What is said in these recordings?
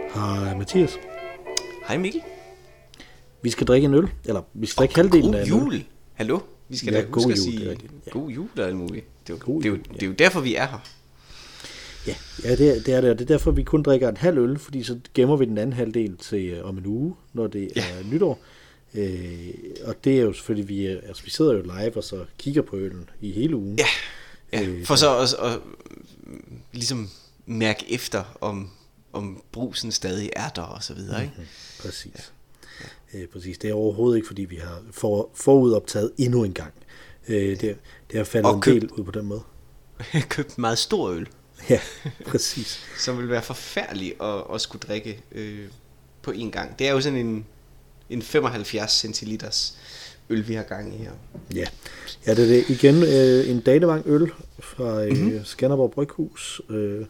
Hej Mathias. Hej Mikkel. Vi skal drikke en øl, eller vi skal drikke halvdelen af en øl. God jul. Hallo? Vi skal da huske at sige god jul og alt muligt. Det er jo derfor, vi er her. Ja, det er det, og det er derfor, vi kun drikker en halv øl, fordi så gemmer vi den anden halvdel til om en uge, når det er nytår. Og det er jo selvfølgelig, vi sidder jo live og så kigger på øllen i hele ugen. Ja. For så at ligesom mærke efter, om brusen stadig er der og så videre, ikke? Præcis. Ja. Præcis. Det er overhovedet ikke, fordi vi har forudoptaget endnu en gang. Det har faldet en del ud på den måde. Købt en meget stor øl. Ja, præcis. Som vil være forfærdelig at skulle drikke på en gang. Det er jo sådan en 75 centiliters øl, vi har gang i her. Ja, det er det. Igen en Danevang øl fra Skanderborg Bryghus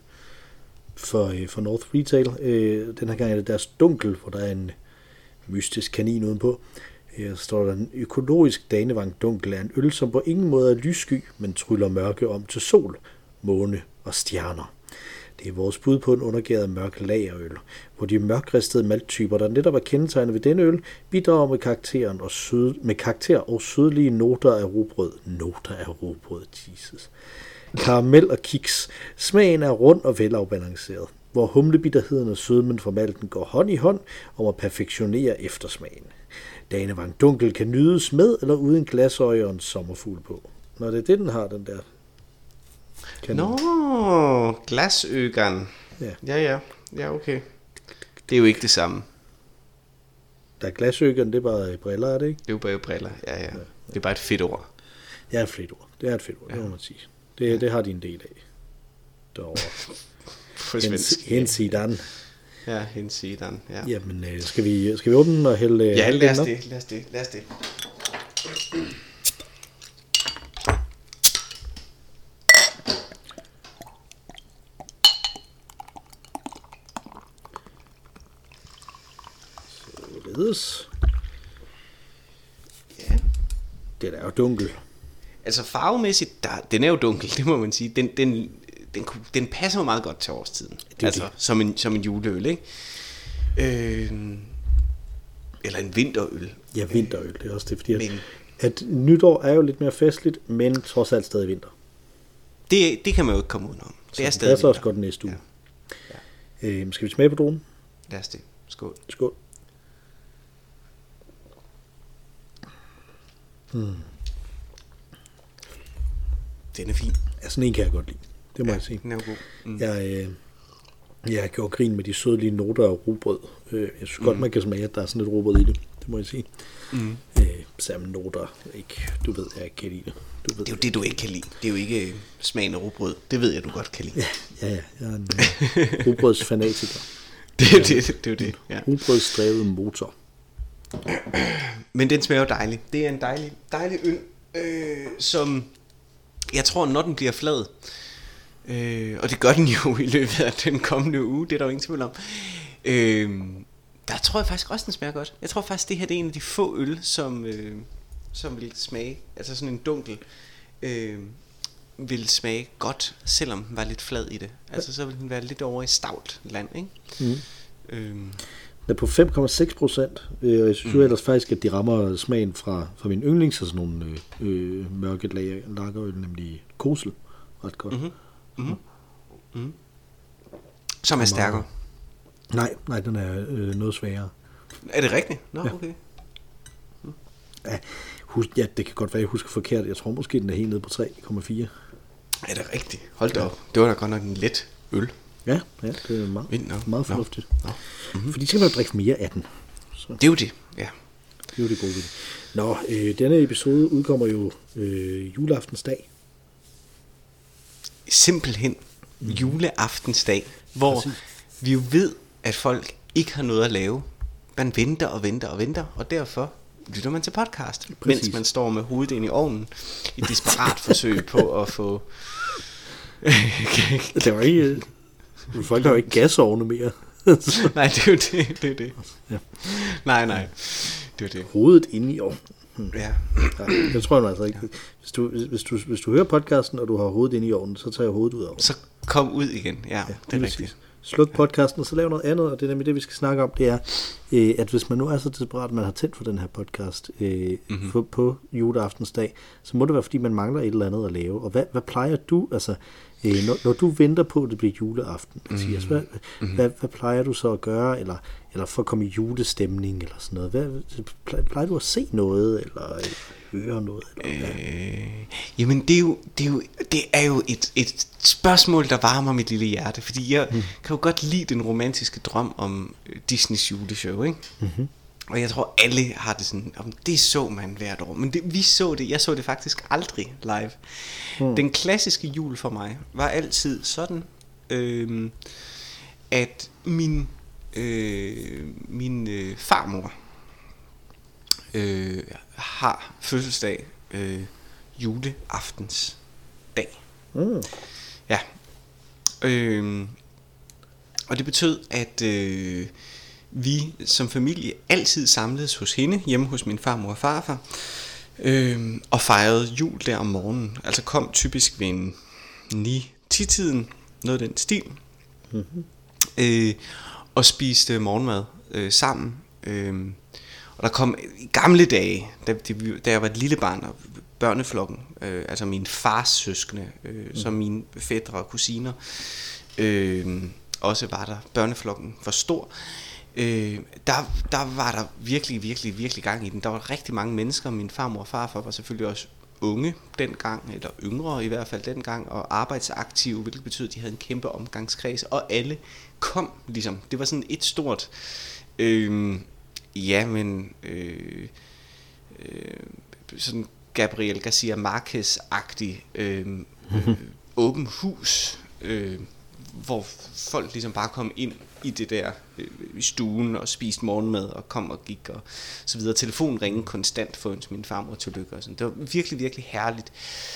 for North Retail. Den her gang er det deres dunkel, hvor der er en mystisk kanin udenpå. Her står der en økologisk Danevang dunkel af en øl, som på ingen måde er lyssky, men tryller mørke om til sol, måne og stjerner. Det er vores bud på en undergæret mørk lagerøl, hvor de mørkristede malttyper, der netop er kendetegnet ved denne øl, bidrager med karakter og sødlige noter af rugbrød. Jesus. Karamel og kiks. Smagen er rund og velafbalanceret, hvor humlebitterheden og sødmen fra malten går hånd i hånd om at perfektionere eftersmagen. Danevang dunkel kan nydes med eller uden glasøje og en sommerfugl på. Når det er det, den har, den der. Glasøgeren. Ja, okay. Det er jo ikke det samme. Der er glasøgeren, det er bare briller, er det ikke? Det er jo bare briller, ja. Det er bare et fedt ord. Ja, et fedt ord. Det er et fedt ord, det må man sige. Det har de en del af. Derovre. På svensk. Hensidan. Ja, hensidan, ja. Jamen, skal vi åbne den og hælde... Ja, lad os det. Ja. Det er jo dunkel. Altså farvemæssigt, den er jo dunkel, det må man sige. Den passer jo meget godt til årstiden. Altså som en juleøl, ikke? Eller en vinterøl. Ja, vinterøl, det er også det, fordi at nytår er jo lidt mere festligt, men trods alt stadig vinter. Det kan man jo ikke komme udenom. Det er stadig vinter. Også godt næste uge. Ja. Skal vi smage på druen? Lad os det. Skål. Skål. Den er fin. Ja, sådan en kan jeg godt lide. Det må jeg sige. Den er jo god. Jeg har gjort grin med de sødlige noter af rugbrød. Jeg synes godt, man kan smage, at der er sådan lidt rugbrød i det. Det må jeg sige. Sammen noter, ikke. Du ved, jeg ikke kan lide det. Det er jo det, du ikke kan lide. Det er jo ikke smagen af rugbrød. Det ved jeg, du godt kan lide. Ja. Jeg er en rugbrødsfanatiker. Det er jo det. Ja. Rugbrødsdrevet motor. Men den smager jo dejligt. Det er en dejlig øl, som jeg tror, når den bliver flad, og det gør den jo i løbet af den kommende uge, det er der jo ingen tvivl om, der tror jeg faktisk også, den smager godt. Jeg tror faktisk, det her det er en af de få øl, som vil smage, altså sådan en dunkel, vil smage godt, selvom den var lidt flad i det. Altså så vil den være lidt over i stout land, ikke? Den er på 5,6%. Jeg synes jo ellers faktisk, at de rammer smagen fra min yndlings, og sådan nogle mørke lagerøl, nemlig Kosel, ret godt. Som er stærkere? Nej, den er noget svagere. Er det rigtigt? Nå, ja. Okay. Ja, det kan godt være, jeg husker forkert. Jeg tror måske, den er helt nede på 3,4. Er det rigtigt? Hold da op. Det var da godt nok en let øl. Ja, det er meget fornuftigt. Fordi så kan man jo drikke mere af den. Så. Det er jo det, ja. Det er jo det gode ved det. Nå, denne episode udkommer jo juleaftensdag. Simpelthen juleaftensdag, hvor vi jo ved, at folk ikke har noget at lave. Man venter, og derfor lytter man til podcast, mens man står med hovedet ind i ovnen i et desperat forsøg på at få... Det var ikke... Folk har jo ikke gasovne mere. Nej, det er jo det. Ja. Nej, det er det. Hovedet inde i ovnen. Ja. Det tror jeg altså ikke. Hvis du hører podcasten, og du har hovedet inde i ovnen, så tager jeg hovedet ud af ovnen. Så kom ud igen, ja det er rigtigt. sluk podcasten, og så lave noget andet, og det er nemlig det, vi skal snakke om, det er, at hvis man nu er så desperat, at man har tændt for den her podcast på juleaftensdag, så må det være, fordi man mangler et eller andet at lave. Og hvad plejer du, altså, når du venter på, at det bliver juleaften, Mathias, hvad plejer du så at gøre, eller for at komme i julestemning, eller sådan noget? Plejer du at se noget, eller høre noget? Eller jamen, det er jo et spørgsmål, der varmer mit lille hjerte, fordi jeg kan jo godt lide den romantiske drøm om Disneys juleshow, ikke? Mm-hmm. Og jeg tror alle har det sådan, det så man hvert år, men jeg så det faktisk aldrig live. Den klassiske jul for mig var altid sådan, at min farmor har fødselsdag juleaftensdag. Ja. Og det betød, at vi som familie altid samledes hos hende, hjemme hos min farmor og farfar, og fejrede jul der om morgenen. Altså kom typisk ved en 9-10-tiden, noget af den stil, og spiste morgenmad sammen. Og der kom i gamle dage, da jeg var et lille barn, og børneflokken, altså min fars søskende, som mine fætre og kusiner, også var der. Børneflokken var stor. Der var der virkelig gang i den. Der var rigtig mange mennesker. Min farmor og farfar var selvfølgelig også unge dengang, eller yngre i hvert fald dengang, og arbejdsaktive, hvilket betød, at de havde en kæmpe omgangskreds, og alle kom ligesom. Det var sådan et stort sådan Gabriel Garcia Marquez-agtig åben hus, hvor folk ligesom bare kom ind i det der i stuen og spiste morgenmad og kom og gik og så videre. Telefonen ringede konstant for min farmor til lykke og sådan. Det var virkelig herligt.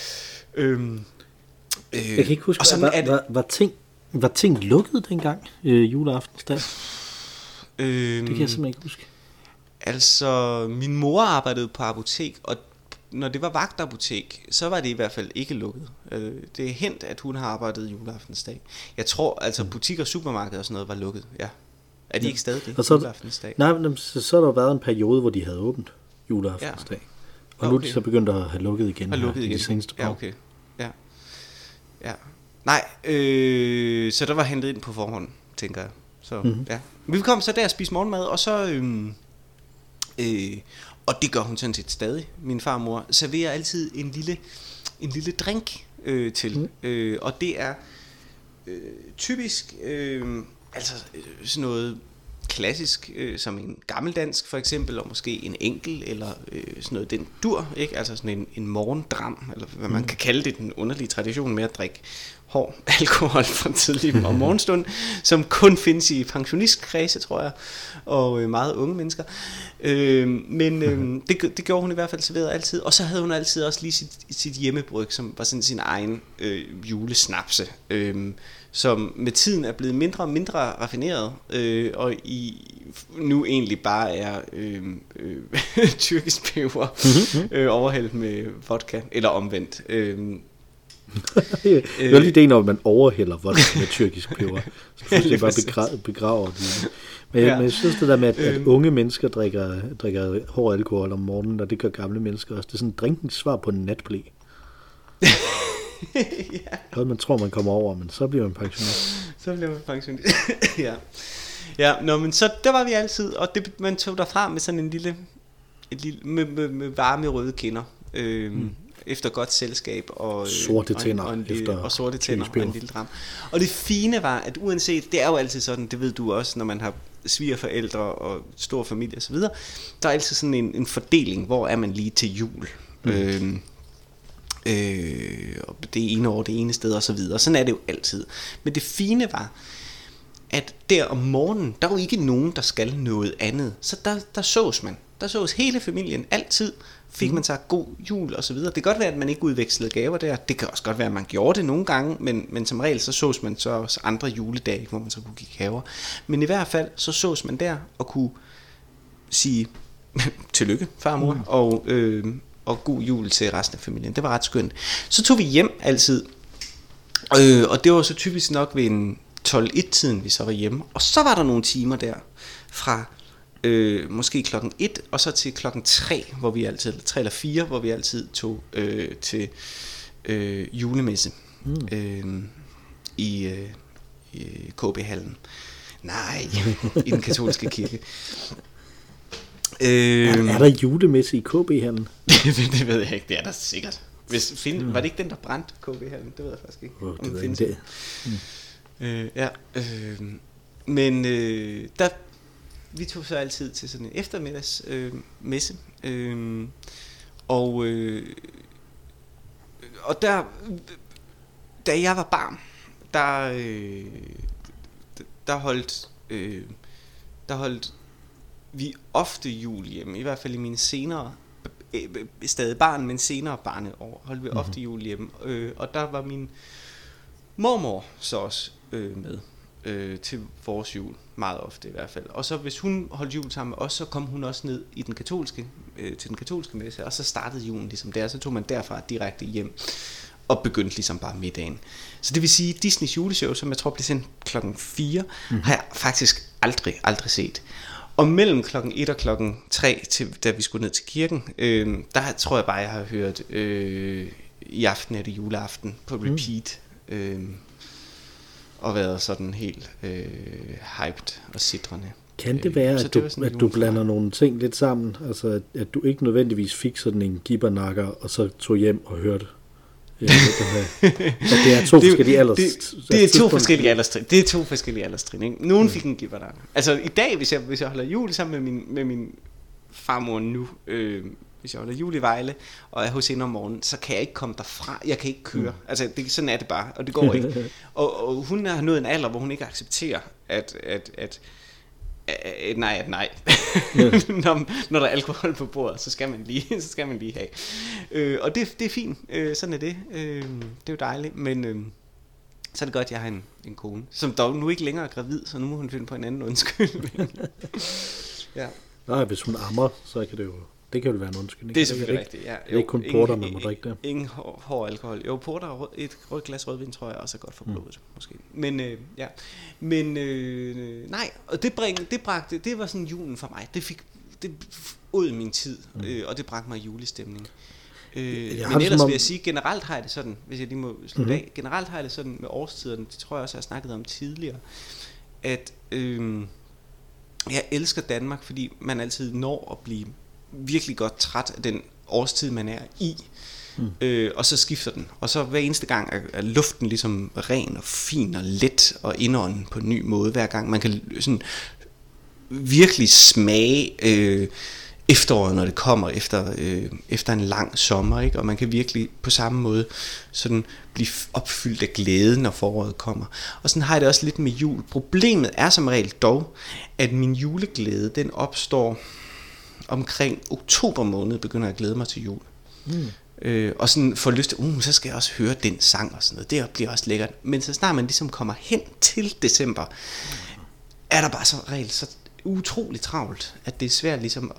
Jeg kan ikke huske, var ting lukket dengang juleaftensdag? Det kan jeg simpelthen ikke huske. Altså, min mor arbejdede på apotek, og når det var vagtapotek, så var det i hvert fald ikke lukket. Det er hent, at hun har arbejdet juleaftensdag. Jeg tror, altså butikker, supermarkeder og sådan noget var lukket, ja. Er de ikke stadig det, juleaftensdag? Nej, men så har der været en periode, hvor de havde åbent juleaftensdag. Ja. Og nu er de så begyndt at have lukket igen. I de seneste år. Ja, okay. Ja. Nej, så der var hentet ind på forhånd, tænker jeg. Så, ja. Vi kom så der og spise morgenmad, og så... og det gør hun sådan set stadig. Min farmor serverer altid en lille drink til, og det er typisk sådan noget klassisk, som en gammeldansk for eksempel, og måske en enkel eller sådan noget den dur, ikke? Altså sådan en morgendram, eller hvad man kan kalde det, den underlige tradition med at drikke hård alkohol fra tidlig om morgenstund, som kun findes i pensionistkredse, tror jeg, og meget unge mennesker. Men det gjorde hun i hvert fald serveret altid. Og så havde hun altid også lige sit hjemmebryg, som var sådan sin egen julesnapse, som med tiden er blevet mindre og mindre raffineret, og nu egentlig bare er tyrkisk peber overhældt med vodka, eller omvendt. Det er lige det, når man overhælder vodka med tyrkisk peber. Så det bare begraver det. Men jeg synes det der med, at unge mennesker drikker hård alkohol om morgenen, og det gør gamle mennesker også. Det er sådan en drinkens svar på en natblæ. Noget man tror, man kommer over, men så bliver man pensionist. Ja, men så der var vi altid, og det, man tog derfra med sådan en lille med varme røde kinder. Efter godt selskab og sorte tænder og en lille dram. Og det fine var, at uanset, det er jo altid sådan, det ved du også, når man har svigerforældre og stor familie og så videre, der er altid sådan en fordeling, hvor er man lige til jul. Og det ene år, det ene sted og så videre. Sådan er det jo altid. Men det fine var, at der om morgenen, der er jo ikke nogen, der skal noget andet. Så der sås man. Der sås hele familien altid. Fik man sig god jul og så videre. Det kan godt være, at man ikke udvekslede gaver der. Det kan også godt være, at man gjorde det nogle gange, men som regel så sås man så også andre juledage, hvor man så kunne give gaver. Men i hvert fald så sås man der og kunne sige tillykke, farmor, og god jul til resten af familien. Det var ret skønt. Så tog vi hjem altid, og det var så typisk nok ved en 12-13 12-1-tiden, vi så var hjemme. Og så var der nogle timer der, fra måske klokken 1, og så til klokken 3, hvor vi altid, 3 eller 4, hvor vi altid tog til julemesse i KB-hallen. Nej, i den katolske kirke. Er der julemesse i KB-hallen? Det ved jeg ikke, det er der sikkert. Var det ikke den, der brændte KB-hallen? Det ved jeg faktisk ikke. Det ved jeg ikke. Men der, vi tog så altid til sådan en eftermiddags messe. Og der, da jeg var barn, der holdt vi ofte jul hjemme, i hvert fald i mine senere, stadig barn, men senere barneår, holdt vi ofte jul hjemme. Og der var min mormor så også med til vores jul, meget ofte i hvert fald. Og så hvis hun holdt jul sammen med os, så kom hun også ned i den katolske, til den katolske messe, og så startede julen ligesom der, så tog man derfra direkte hjem og begyndte ligesom bare middagen. Så det vil sige, Disneys juleshow, som jeg tror blev sendt klokken 4, har jeg faktisk aldrig set. Og mellem klokken 1 og klokken 3, da vi skulle ned til kirken, der tror jeg bare, jeg har hørt i aften er det juleaften på repeat, og været sådan helt hyped og sitrende. Kan det være, at du blander nogle ting lidt sammen? Altså, at du ikke nødvendigvis fik sådan en gibbernakker, og så tog hjem og hørte? At det er to forskellige alderstrin. Det er to forskellige alderstrin. Det er to forskellige alderstrin, ikke? Nogen fik en gibbernakker. Altså i dag, hvis jeg holder jul sammen med min farmor nu, hvis jeg holder jul i Vejle og er hos hende om morgenen, så kan jeg ikke komme derfra. Jeg kan ikke køre. Altså sådan er det bare, og det går ikke. Og hun har nået en alder, hvor hun ikke accepterer at nej er et nej. når der er alkohol på bordet, så skal man lige have. Og det er fint. Sådan er det. Det er jo dejligt, men så er det godt, at jeg har en kone, som dog nu ikke længere er gravid, så nu må hun finde på en anden undskyldning. Ja. Nej, hvis hun ammer, så kan det kan jo være en undskyldning. Det er selvfølgelig rigtigt, ja. Det er ikke kun porter, man må drikke der. Ingen hård alkohol. Jo, porter og et rødt glas rødvin, tror jeg også er godt for blodet, måske. Men, ja. Men, nej, og det var sådan julen for mig. Det ud i min tid, og det bragte mig i julestemning. Men ellers vil jeg sige, generelt har jeg det sådan, hvis jeg lige må slutte af, generelt har jeg det sådan med årstiderne, det tror jeg også, jeg har snakket om tidligere, at jeg elsker Danmark, fordi man altid når at blive virkelig godt træt af den årstid, man er i, og så skifter den, og så hver eneste gang er luften ligesom ren og fin og let og indånden på en ny måde, hver gang man kan sådan virkelig smage efteråret, når det kommer efter en lang sommer, ikke? Og man kan virkelig på samme måde sådan blive opfyldt af glæde, når foråret kommer. Og sådan har jeg det også lidt med jul. Problemet er som regel dog, at min juleglæde, den opstår omkring oktober måned, begynder jeg at glæde mig til jul. Og sådan får lyst til, så skal jeg også høre den sang og sådan noget. Det bliver også lækkert. Men så snart man ligesom kommer hen til december, er der bare som regel så utroligt travlt, at det er svært ligesom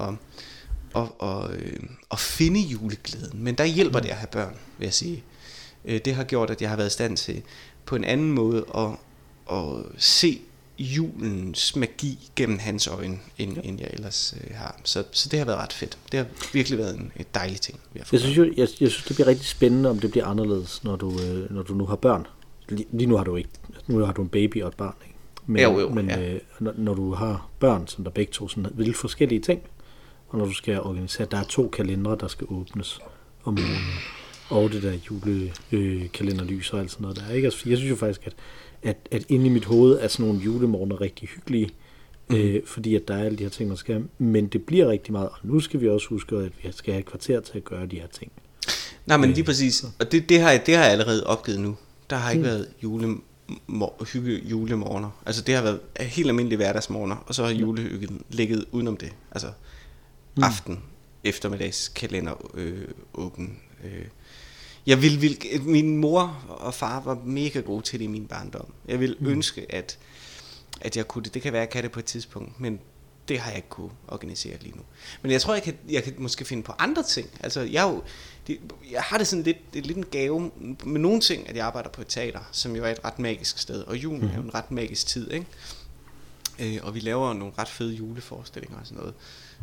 at finde juleglæden. Men der hjælper det at have børn, vil jeg sige. Det har gjort, at jeg har været i stand til på en anden måde at se julens magi gennem hans øjne, end jeg ellers har. Så det har været ret fedt. Det har virkelig været en dejlig ting. Jeg synes, det bliver rigtig spændende, om det bliver anderledes, når du nu har børn. Lige nu har du ikke. Nu har du en baby og et barn, ikke? Men når du har børn, som der begge to sådan vildt forskellige ting, og når du skal organisere, der er 2 kalendere, der skal åbnes om morgenen, og det der julekalenderlys og alt sådan noget der, ikke? Altså, jeg synes jo faktisk, at inde i mit hoved er sådan nogle julemorgener rigtig hyggelige, fordi at der er alle de her ting, man skal, men det bliver rigtig meget, og nu skal vi også huske, at vi skal have et kvarter til at gøre de her ting. Nej, men lige præcis, og det har jeg allerede opgivet nu. Der har ikke været julemorgener. Altså det har været helt almindelige hverdagsmorgener, og så har julehyggen ligget udenom det. Altså aften, eftermiddags kalender åben. Min mor og far var mega gode til det i min barndom. Jeg vil ønske, at jeg kunne det. Det kan være, at jeg kan det på et tidspunkt, men Det har jeg ikke kunne organisere lige nu. Men jeg tror, jeg kan måske finde på andre ting. Altså, jeg har det sådan lidt en gave med nogle ting, at jeg arbejder på et teater, som jo er et ret magisk sted. Og julen er jo en ret magisk tid, ikke? Og vi laver nogle ret fede juleforestillinger og sådan noget.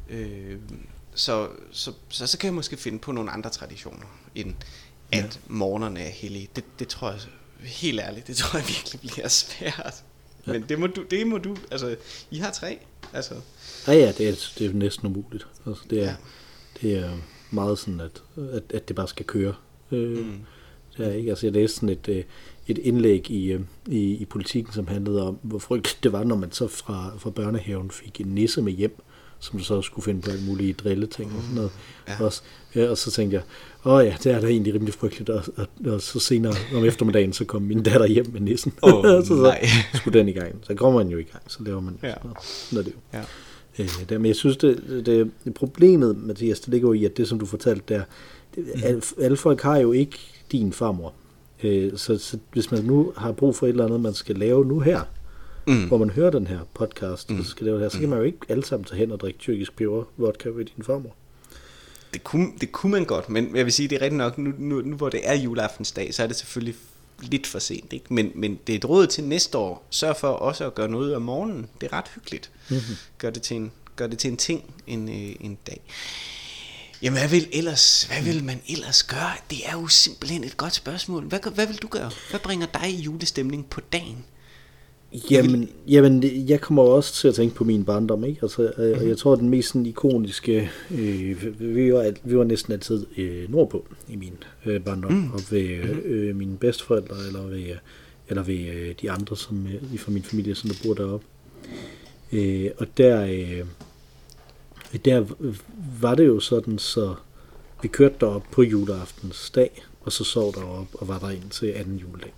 Så kan jeg måske finde på nogle andre traditioner, end at morgenerne er hellige. Det tror jeg, helt ærligt, det tror jeg virkelig bliver svært. Ja. Men det må du, altså, I har 3, altså. Ja, det er næsten umuligt. Altså, det er meget sådan, at det bare skal køre. Det er ikke, altså jeg læste sådan et indlæg i Politikken, som handlede om, hvor frygteligt det var, når man så fra børnehaven fik en nisse med hjem, som du så skulle finde på alle mulige drilleting og sådan noget. Ja. Også. Ja, og så tænkte jeg, det er da egentlig rimelig frygteligt, og så senere om eftermiddagen, så kom min datter hjem med nissen. Så skulle den i gang. Så kommer man jo i gang, så laver man sådan noget. Det jo. Ja. Men jeg synes, det problemet, Mathias, det ligger jo i, at det, som du fortalte der, alle folk har jo ikke din farmor. Så hvis man nu har brug for et eller andet, man skal lave nu her, hvor man hører den her podcast, og så skal lave det her, så kan man jo ikke alle sammen tage hen og drikke tyrkisk peber vodka ved din farmor. Det kunne man godt, men jeg vil sige, det er rigtigt nok, nu hvor det er juleaftensdag, så er det selvfølgelig lidt for sent, ikke? Men det er et råd til næste år. Sørg for også at gøre noget om morgenen. Det er ret hyggeligt. Gør det til en ting en dag. Jamen, hvad vil man ellers gøre? Det er jo simpelthen et godt spørgsmål. Hvad vil du gøre? Hvad bringer dig i julestemning på dagen? Jamen, jeg kommer også til at tænke på min barndom, ikke? Altså, jeg tror, at den mest sådan ikoniske, vi var næsten altid nordpå i min barndom, og ved mine bedsteforældre, eller ved de andre fra min familie, som der bor deroppe. Og der var det jo sådan, så vi kørte derop på juleaftens dag, og så sov deroppe og var der indtil anden juledag.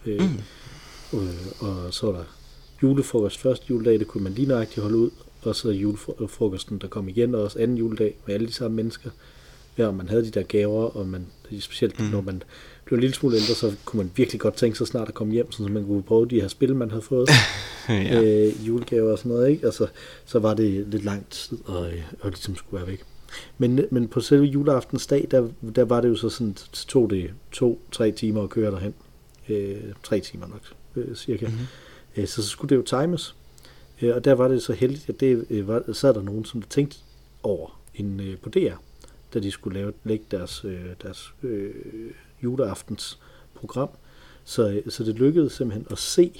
Og så var der julefrokost første juledag, det kunne man lige nøjagtigt holde ud, og så julefrokosten, der kom igen, og også anden juledag med alle de samme mennesker. Ja, og man havde de der gaver, og specielt når man blev en lille smule ældre, så kunne man virkelig godt tænke sig snart at komme hjem, så man kunne prøve de her spil, man havde fået. Julegaver og sådan noget, ikke? Altså, så var det lidt lang tid, og ligesom skulle være væk. Men på selve juleaftens dag, der var det jo så sådan, tog det 2-3 timer at køre derhen. 3 timer nok, cirka. Så skulle det jo times. Og der var det så heldigt, at sad der nogen, som tænkte over på DR, da de skulle lægge deres juleaftens program. Så det lykkedes simpelthen at se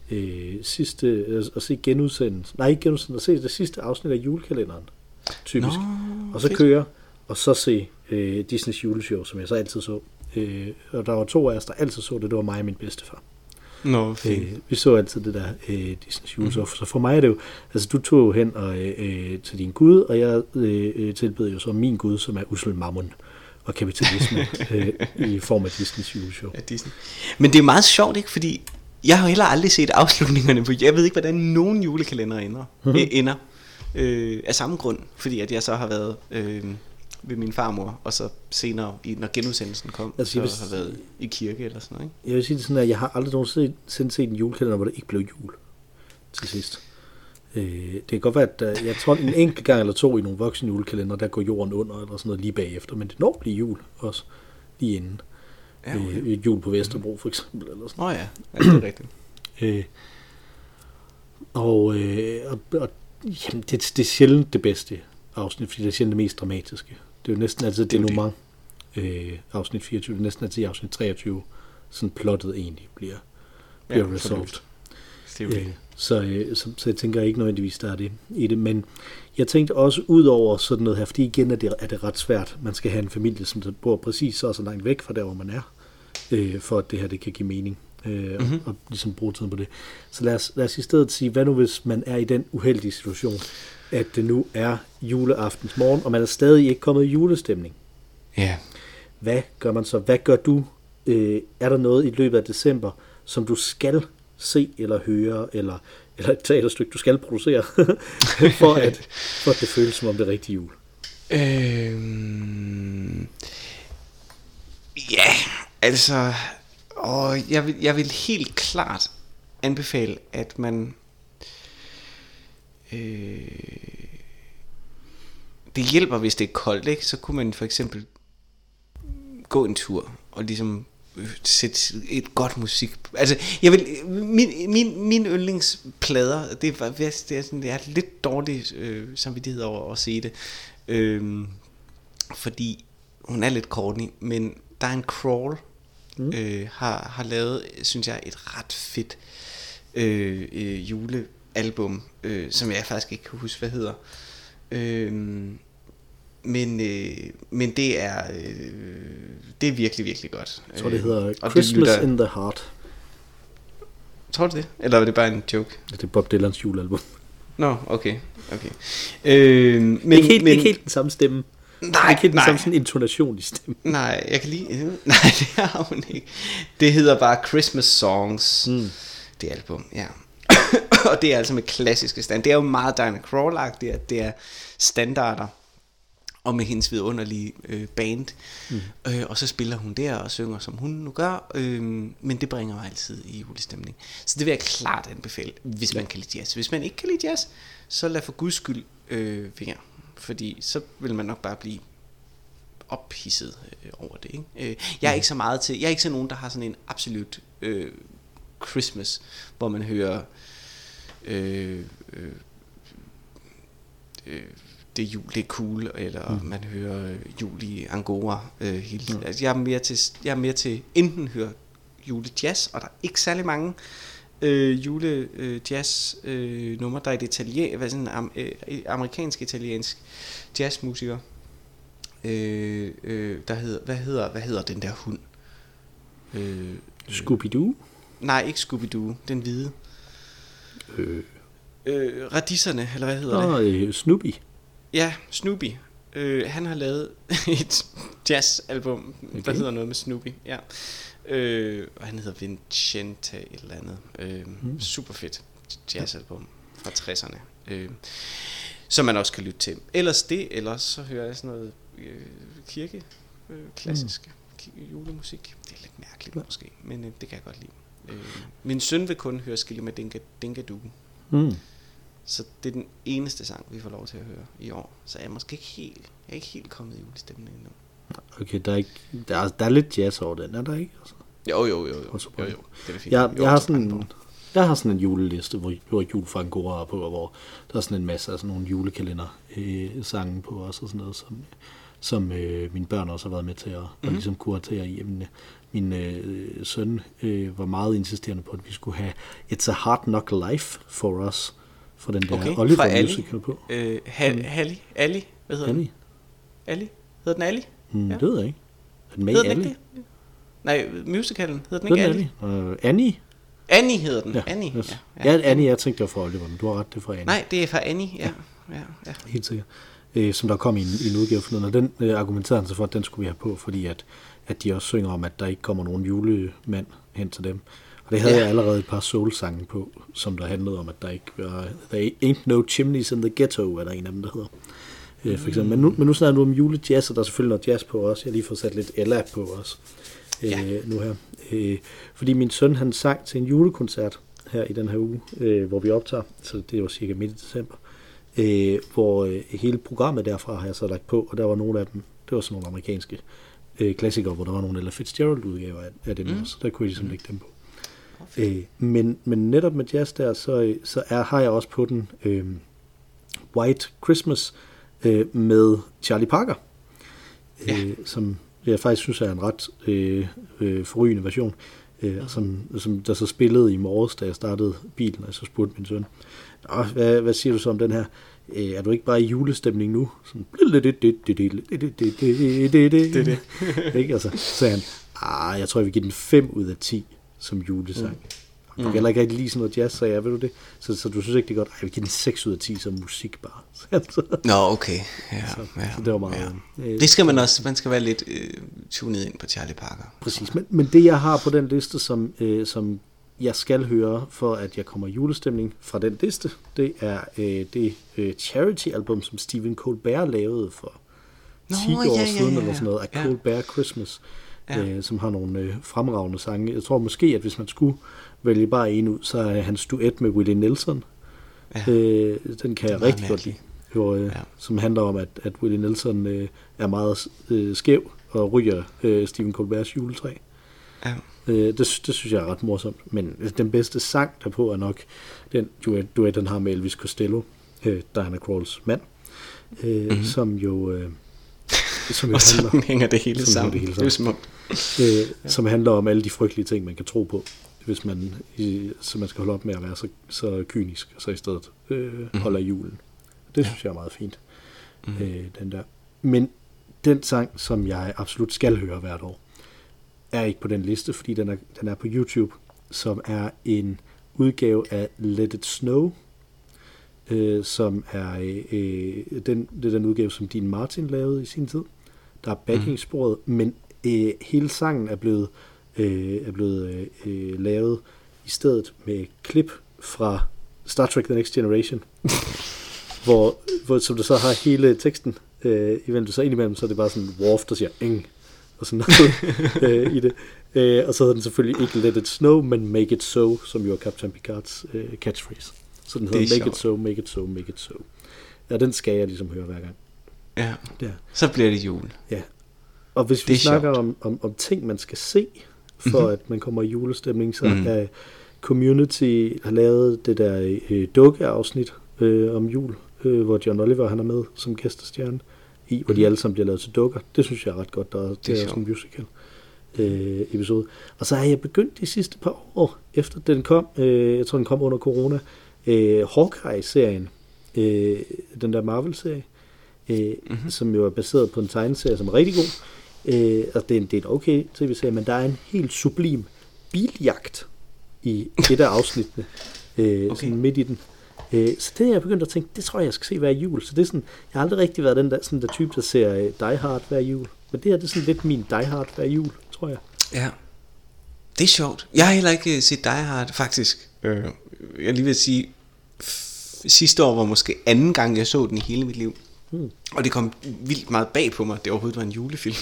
det sidste afsnit af julekalenderen, typisk. Og så køre, og så se Disneys juleshow, som jeg så altid så. Og der var 2 af os, der altid så det var mig og min bedstefar. Vi så altid det der Disneys juleshow. Så for mig er det jo, altså du tog jo hen til din Gud, og jeg tilbød jo så min Gud, som er Ussel Mammon og kapitalisme i form af Disneys juleshow. Ja, Disney. Men det er meget sjovt, ikke? Fordi jeg har heller aldrig set afslutningerne på, jeg ved ikke, hvordan nogen julekalender ender af samme grund, fordi at jeg så har været ved min farmor, og så senere, når genudsendelsen kom, altså, så har været i kirke eller sådan noget, ikke? Jeg vil sige det sådan, at jeg har aldrig nogensinde set en julekalender, hvor det ikke blev jul til sidst. Det kan godt være, at jeg tror en enkelt gang eller 2 i nogle voksne julekalender, der går jorden under, eller sådan noget lige bagefter, men det når bliver jul også, lige inden. Ja, okay. Jul på Vesterbro for eksempel, eller sådan. Ja, det er rigtigt. Jamen, det er sjældent det bedste afsnit, fordi det er sjældent det mest dramatiske. Det er jo næsten altid denouement, afsnit 24, det er næsten altid afsnit 23, sådan plottet egentlig bliver resolved. Så jeg tænker ikke nødvendigvis, der er det i det, men jeg tænkte også ud over sådan noget her, fordi igen er det ret svært. Man skal have en familie, som bor præcis så langt væk fra der, hvor man er, for at det her det kan give mening, og ligesom bruge tiden på det. Så lad os i stedet sige, hvad nu hvis man er i den uheldige situation, at det nu er juleaftens morgen, og man er stadig ikke kommet i julestemning. Ja. Hvad gør man så? Hvad gør du? Er der noget i løbet af december, som du skal se eller høre, eller et teaterstykke, du skal producere, for at det føles som om det er rigtig jul? Ja, altså, jeg vil helt klart anbefale, at man det hjælper, hvis det er koldt, ikke? Så kunne man for eksempel gå en tur og ligesom sætte et godt musik. Altså, jeg vil min yndlingsplader, det er sådan, jeg har lidt dårlig samvittighed over at se det, fordi hun er lidt corny, men der er en Crawl, har lavet, synes jeg, et ret fedt julealbum, som jeg faktisk ikke kan huske, hvad hedder. Men det er virkelig, virkelig godt. Jeg tror, det hedder Christmas in the Heart. Tror du det? Eller er det bare en joke? Det er Bob Dylans julealbum. Nå, okay. Men ikke helt den samme stemme. Nej, ikke helt den samme sådan intonation i stemmen. Nej, jeg kan lide. Nej, det har hun ikke. Det hedder bare Christmas Songs. Det album, ja. Og det er altså med klassiske standarder. Det er jo meget Diana Krall-agtigt, at det er standarder. Og med hendes vidunderlige band. Og så spiller hun der og synger, som hun nu gør. Men det bringer mig altid i julestemning. Så det vil jeg klart anbefale, hvis man kan lide jazz. Hvis man ikke kan lide jazz, så lad for guds skyld være. Fordi så vil man nok bare blive ophidset over det, ikke? Jeg er ikke så meget til. Jeg er ikke så nogen, der har sådan en absolut Christmas, hvor man hører det jul, det er cool, eller man hører jul i Angora hele. Altså, jeg er mere til enten høre julejazz, og der er ikke særlig mange julejazz numre. Der er et amerikansk italiensk jazzmusiker, der hedder, hvad hedder den der hund? Scooby-Doo? Nej, ikke Scooby-Doo, den hvide. Radisserne, eller hvad hedder det? Snoopy. Ja, Snoopy. Han har lavet et jazzalbum, der hedder noget med Snoopy. Ja. Og han hedder Vincente et eller andet. Super fedt jazzalbum fra 60'erne. Som man også kan lytte til. Ellers så hører jeg sådan noget kirke, klassisk julemusik. Det er lidt mærkeligt måske, men det kan jeg godt lide. Min søn vil kun høre Skillimadinka Dingadoo. Så det er den eneste sang, vi får lov til at høre i år. Så jeg er måske ikke helt kommet i julestemning endnu. Okay, der er lidt jazz over den, er der ikke? Altså. Jo. Det er fint. Jeg har sådan en juleliste, hvor jul fra Angora på, og hvor der er sådan en masse af sådan nogle julekalender sange på os og sådan noget, som mine børn også har været med til at ligesom kuratere i. Min søn var meget insisterende på, at vi skulle have It's a Hard Knock Life for Us, for den der Oliver musical på. Ali? Hvad hedder den? Ali? Hedder den Ali? Det ved jeg ikke. Er den med i Ali? Nej, musicalen hedder den ikke Ali? Annie? Annie hedder den. Ja, Annie. Yes. Ja, Annie, jeg tænkte det var fra Oliver, men du har ret, det er fra Annie. Nej, det er fra Annie, ja. Helt sikkert. Som der kom i en udgave for noget, og den argumenterede så for, at den skulle vi have på, fordi at de også synger om, at der ikke kommer nogen julemand hen til dem. Og det havde jeg allerede et par soul-sange på, som der handlede om, at der ikke var There ain't no chimneys in the ghetto, er der en af dem, der hedder. For eksempel. Men nu snakker du om julejazz, og der er selvfølgelig noget jazz på også. Jeg har lige fået sat lidt Ella på også nu her. Fordi min søn, han sang til en julekoncert her i den her uge, hvor vi optager, så det var cirka midt i december, hvor hele programmet derfra har jeg så lagt på, og der var nogle af dem, det var sådan nogle amerikanske klassikere, hvor der var nogle Ella Fitzgerald-udgaver af dem også, der kunne jeg ligesom lægge dem på. Men netop med jazz der, har jeg også på den White Christmas med Charlie Parker, som jeg faktisk synes er en ret forrygende version, som der så spillede i morges, da jeg startede bilen, og så spurgte min søn, hvad siger du så om den her? Er du ikke bare i julestemning nu? Sådan, ikke? Altså, så sagde han, jeg tror, jeg vil give den 5 ud af 10 som julesang. Jeg kan heller ikke rigtig lide sådan noget jazz, så ved du det? Så du synes ikke, det er godt? Jeg vil give den 6 ud af 10 som musik bare. Nå, okay. Så det var meget... det skal man også. Man skal være lidt tunet ind på Charlie Parker. Præcis. Men det, jeg har på den liste, som jeg skal høre, for at jeg kommer i julestemning fra den liste, det er det charity-album, som Stephen Colbert lavede for 10 år siden, eller sådan noget, af Colbert Christmas, som har nogle fremragende sange. Jeg tror måske, at hvis man skulle vælge bare en ud, så er hans duet med Willie Nelson Ja. Den kan jeg meget rigtig godt lide. Som handler om, at Willie Nelson er meget skæv og ryger Stephen Colberts juletræ. Ja. Det synes jeg er ret morsomt. Men den bedste sang derpå er nok den duet, han har med Elvis Costello, Diana Kralls mand, som jo... og så hænger det hele sammen. Det er smukt. Som handler om alle de frygtelige ting, man kan tro på, hvis man, så man skal holde op med at være så kynisk, og så i stedet holder julen. Det synes jeg er meget fint, den der. Men den sang, som jeg absolut skal høre hvert år, er ikke på den liste, fordi den er på YouTube, som er en udgave af Let It Snow, som er den udgave, som Dean Martin lavede i sin tid. Der er backing-sporet, men hele sangen er blevet lavet i stedet med klip fra Star Trek The Next Generation, hvor som du så har hele teksten, så indimellem, så er det bare sådan Worf, der siger ing, og sådan noget i det. Og så hedder den selvfølgelig ikke Let It Snow, men Make It So, som jo er Captain Picards catchphrase. Så den hedder Make It So, Make It So, Make It So. Ja, den skal jeg ligesom høre hver gang. Ja, så bliver det jul. Ja, og hvis vi snakker om ting, man skal se, for at man kommer i julestemning, så er Community har lavet det der dukkeafsnit om jul, hvor John Oliver han er med som gæstestjerne i, hvor de alle sammen bliver lavet til dukker. Det synes jeg er ret godt, det er sådan en musical episode. Og så har jeg begyndt de sidste par år, efter den kom, jeg tror den kom under corona, Hawkeye-serien, den der Marvel-serie, som jo er baseret på en tegneserie, som er rigtig god. Og det er en okay tv-serie, men der er en helt sublim biljagt i et af afsnittene, sådan midt i den. Så det er jeg begyndt at tænke, det tror jeg skal se hver jul. Så det er sådan, jeg har aldrig rigtig været den der type, der ser Die Hard hver jul. Men det her, det er sådan lidt min Die Hard hver jul, tror jeg. Ja, det er sjovt. Jeg har heller ikke set Die Hard, faktisk. Jeg lige vil sige, sidste år var måske anden gang, jeg så den i hele mit liv. Og det kom vildt meget bag på mig, det overhovedet var en julefilm.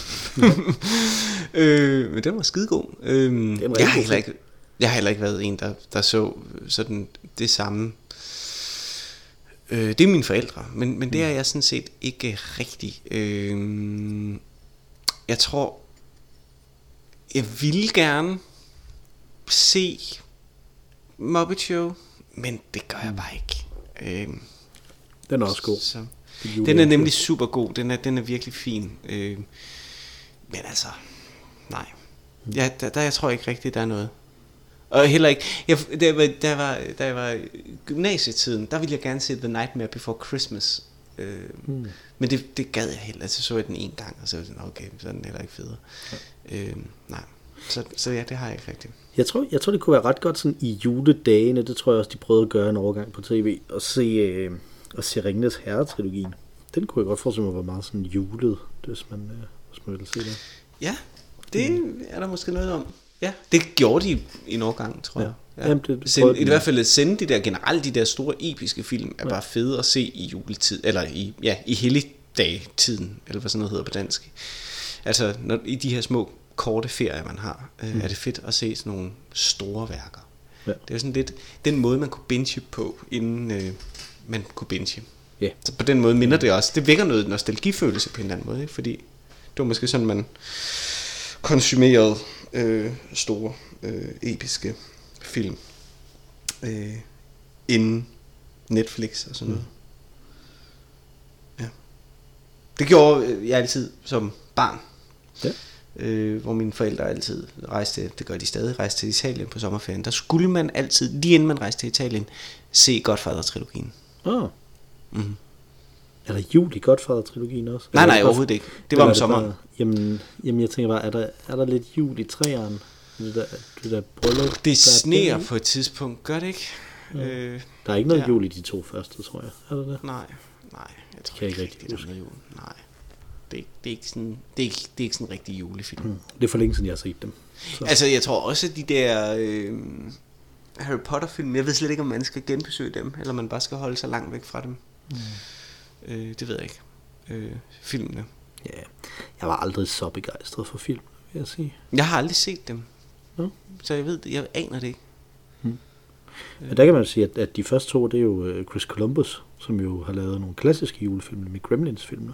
Men den var skidegod. Jeg har heller ikke været en, der så sådan det samme. Det er mine forældre, men det er jeg sådan set ikke rigtig. Jeg tror, jeg ville gerne se Muppet Show, men det gør jeg bare ikke. Den er også god. Så, den er nemlig super god. Den er virkelig fin. Men altså, nej. Jeg tror ikke rigtigt, der er noget. Og heller ikke. Da jeg var i gymnasietiden, der ville jeg gerne se The Nightmare Before Christmas. Men det gad jeg heller. Så jeg den en gang, og så var den okay, så er den heller ikke federe. Nej. Så ja, det har jeg ikke rigtigt. Jeg tror det kunne være ret godt sådan i juledagene. Det tror jeg også de prøvede at gøre en overgang på tv og se Ringenes Herre-trilogien. Den kunne jeg godt forestille mig var meget sådan julet, hvis man ville se det. Ja, det er der måske noget om. Ja, det gjorde de i en årgang, tror jeg. Ja. Jamen, i hvert fald at sende de der store episke film er bare fede at se i juletid, eller i helligdag-tiden, eller hvad sådan noget hedder på dansk. Altså, i de her små korte ferier, man har, er det fedt at se sådan nogle store værker. Ja. Det er sådan lidt den måde, man kunne binge på, inden man kunne binge. Yeah. Så på den måde minder det også. Det vækker noget nostalgifølelse på en eller anden måde, ikke? Fordi det var måske sådan, man konsumerede store episke film inden Netflix og sådan noget. Ja. Det gjorde jeg altid som barn. Ja. Hvor mine forældre altid rejste, det gør de stadig, rejste til Italien på sommerferien. Der skulle man altid, lige inden man rejste til Italien, se Godfather-trilogien. Er der jul i Godfather-trilogien også? Nej, overhovedet ikke. Det var om sommeren. Jamen, jeg tænker bare, er der lidt jul i træerne? Det der bryllup? Det sneer på et tidspunkt, gør det ikke? Ja. Der er ikke noget jul i de to første, tror jeg. Er der det? Nej. Jeg tror ikke rigtig huske. Jul. Nej. Det er ikke sådan en rigtig julefilm. Det er for længe siden, jeg har set dem. Så. Altså, jeg tror også, at de der Harry Potter-film, jeg ved slet ikke, om man skal genbesøge dem, eller man bare skal holde sig langt væk fra dem. Det ved jeg ikke. Filmene. Ja, jeg var aldrig så begejstret for film, vil jeg sige. Jeg har aldrig set dem. Så jeg aner det ikke. Men der kan man sige, at de første 2, det er jo Chris Columbus, som jo har lavet nogle klassiske julefilm, med Gremlins-filmene.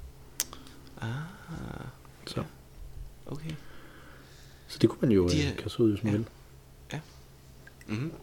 Så. Okay. Så det kunne man jo kaste ud, hvis man vil. Ja. Mm-hmm.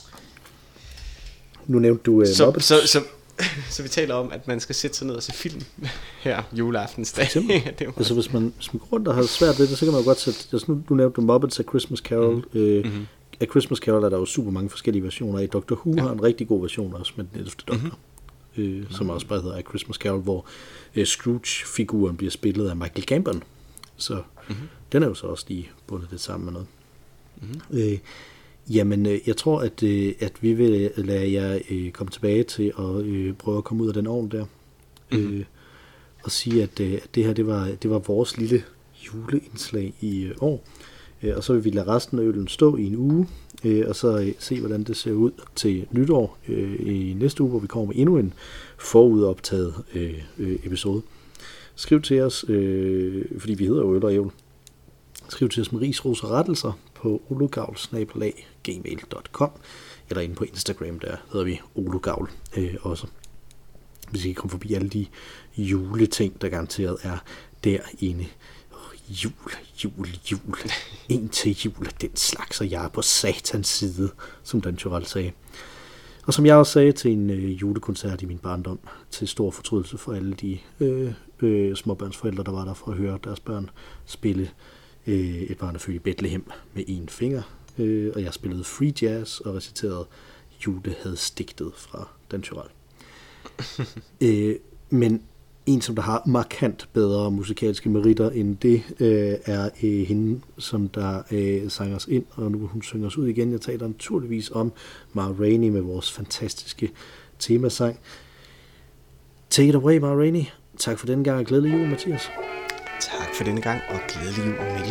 Nu nævnte du Muppets. Så vi taler om, at man skal sætte sig ned og se film her juleaftensdag. Altså hvis man går rundt og har svært ved det, så kan man jo godt sætte... Altså, nu nævnte du Muppets af Christmas Carol. Af Christmas Carol er der jo super mange forskellige versioner. I Doctor Who har en rigtig god version også med den 11. Doktor. Som også bare hedder af Christmas Carol, hvor Scrooge-figuren bliver spillet af Michael Gambon. Så den er jo så også lige bundet det sammen med noget. Jamen, jeg tror, at vi vil lade jer komme tilbage til at prøve at komme ud af den ovn der. Og sige, at det her, det var vores lille juleindslag i år. Og så vil vi lade resten af øllen stå i en uge, og så se, hvordan det ser ud til nytår i næste uge, hvor vi kommer med endnu en forudoptaget episode. Skriv til os, fordi vi hedder jo Øl og Ævl. Skriv til os med ris, ros og rettelser på olugavl@gmail.com eller inde på Instagram, der hedder vi olugavl også. Hvis I kan komme forbi alle de juleting, der garanteret er derinde. Jul. En til jul, den slags, og jeg er på satans side, som Dan Tyrell sagde. Og som jeg også sagde til en julekoncert i min barndom, til stor fortrydelse for alle de småbørnsforældre, der var der for at høre deres børn spille Et barn er født i Bethlehem med en finger, og jeg spillede free jazz og reciterede julehadsdigtet fra Dan Tyrell. Men en, som der har markant bedre musikalske meritter end det, er hende, som der sang os ind, og nu hun synger os ud igen. Jeg taler naturligvis om Ma Rainey med vores fantastiske temasang. Take it away, Ma Rainey. Tak for denne gang, og glædelig jul, Mathias. Tak for denne gang, og glædelig jul, Mikkel.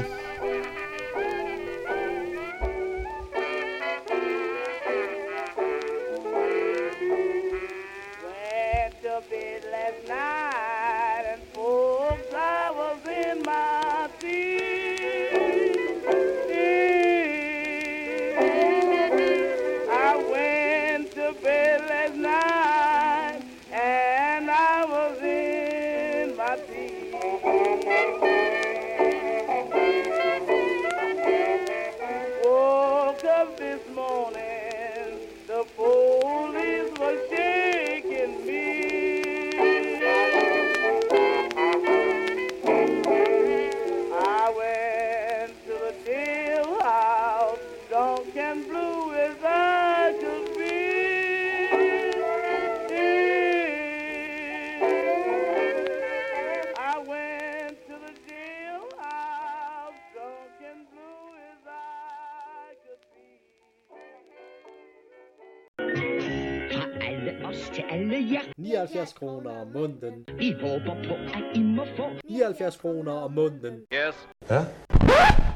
Til alle jer. 79 kroner om måneden. Vi håber på, at I må få 79 kroner om måneden. Yes. Ja?